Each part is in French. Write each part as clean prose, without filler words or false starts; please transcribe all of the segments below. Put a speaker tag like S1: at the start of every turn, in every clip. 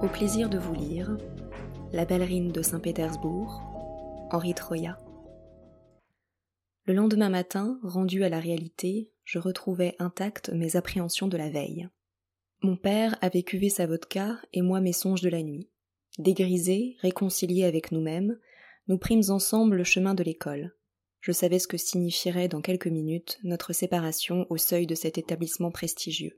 S1: Au plaisir de vous lire, La ballerine de Saint-Pétersbourg, Henri Troya. Le lendemain matin, rendu à la réalité, je retrouvais intactes mes appréhensions de la veille. Mon père avait cuvé sa vodka et moi mes songes de la nuit. Dégrisés, réconciliés avec nous-mêmes, nous prîmes ensemble le chemin de l'école. Je savais ce que signifierait dans quelques minutes notre séparation au seuil de cet établissement prestigieux.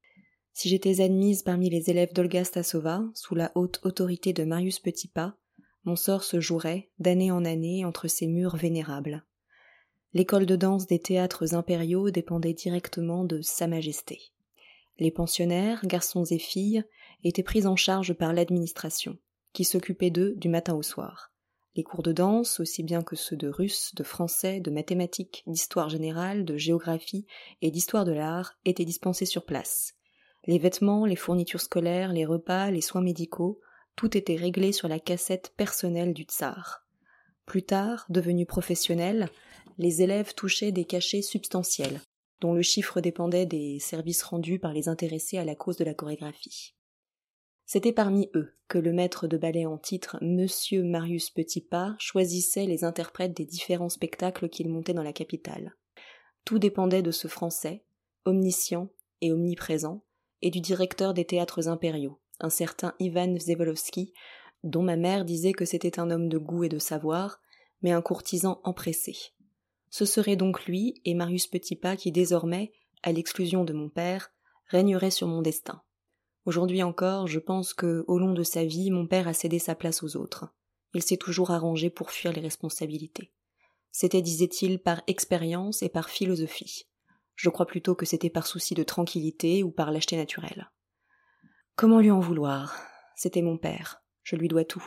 S1: Si j'étais admise parmi les élèves d'Olga Stasova, sous la haute autorité de Marius Petipa, mon sort se jouerait, d'année en année, entre ces murs vénérables. L'école de danse des théâtres impériaux dépendait directement de Sa Majesté. Les pensionnaires, garçons et filles, étaient pris en charge par l'administration, qui s'occupait d'eux du matin au soir. Les cours de danse, aussi bien que ceux de russe, de français, de mathématiques, d'histoire générale, de géographie et d'histoire de l'art, étaient dispensés sur place. Les vêtements, les fournitures scolaires, les repas, les soins médicaux, tout était réglé sur la cassette personnelle du tsar. Plus tard, devenus professionnels, les élèves touchaient des cachets substantiels, dont le chiffre dépendait des services rendus par les intéressés à la cause de la chorégraphie. C'était parmi eux que le maître de ballet en titre, Monsieur Marius Petipa, choisissait les interprètes des différents spectacles qu'il montait dans la capitale. Tout dépendait de ce Français, omniscient et omniprésent, et du directeur des théâtres impériaux, un certain Ivan Vsevolovski, dont ma mère disait que c'était un homme de goût et de savoir, mais un courtisan empressé. Ce serait donc lui et Marius Petipa qui désormais, à l'exclusion de mon père, régneraient sur mon destin. Aujourd'hui encore, je pense que, au long de sa vie, mon père a cédé sa place aux autres. Il s'est toujours arrangé pour fuir les responsabilités. C'était, disait-il, par expérience et par philosophie. Je crois plutôt que c'était par souci de tranquillité ou par lâcheté naturelle. Comment lui en vouloir ? C'était mon père, je lui dois tout.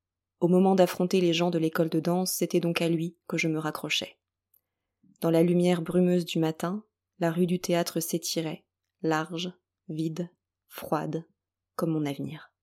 S1: Au moment d'affronter les gens de l'école de danse, c'était donc à lui que je me raccrochais. Dans la lumière brumeuse du matin, la rue du théâtre s'étirait, large, vide, froide, comme mon avenir.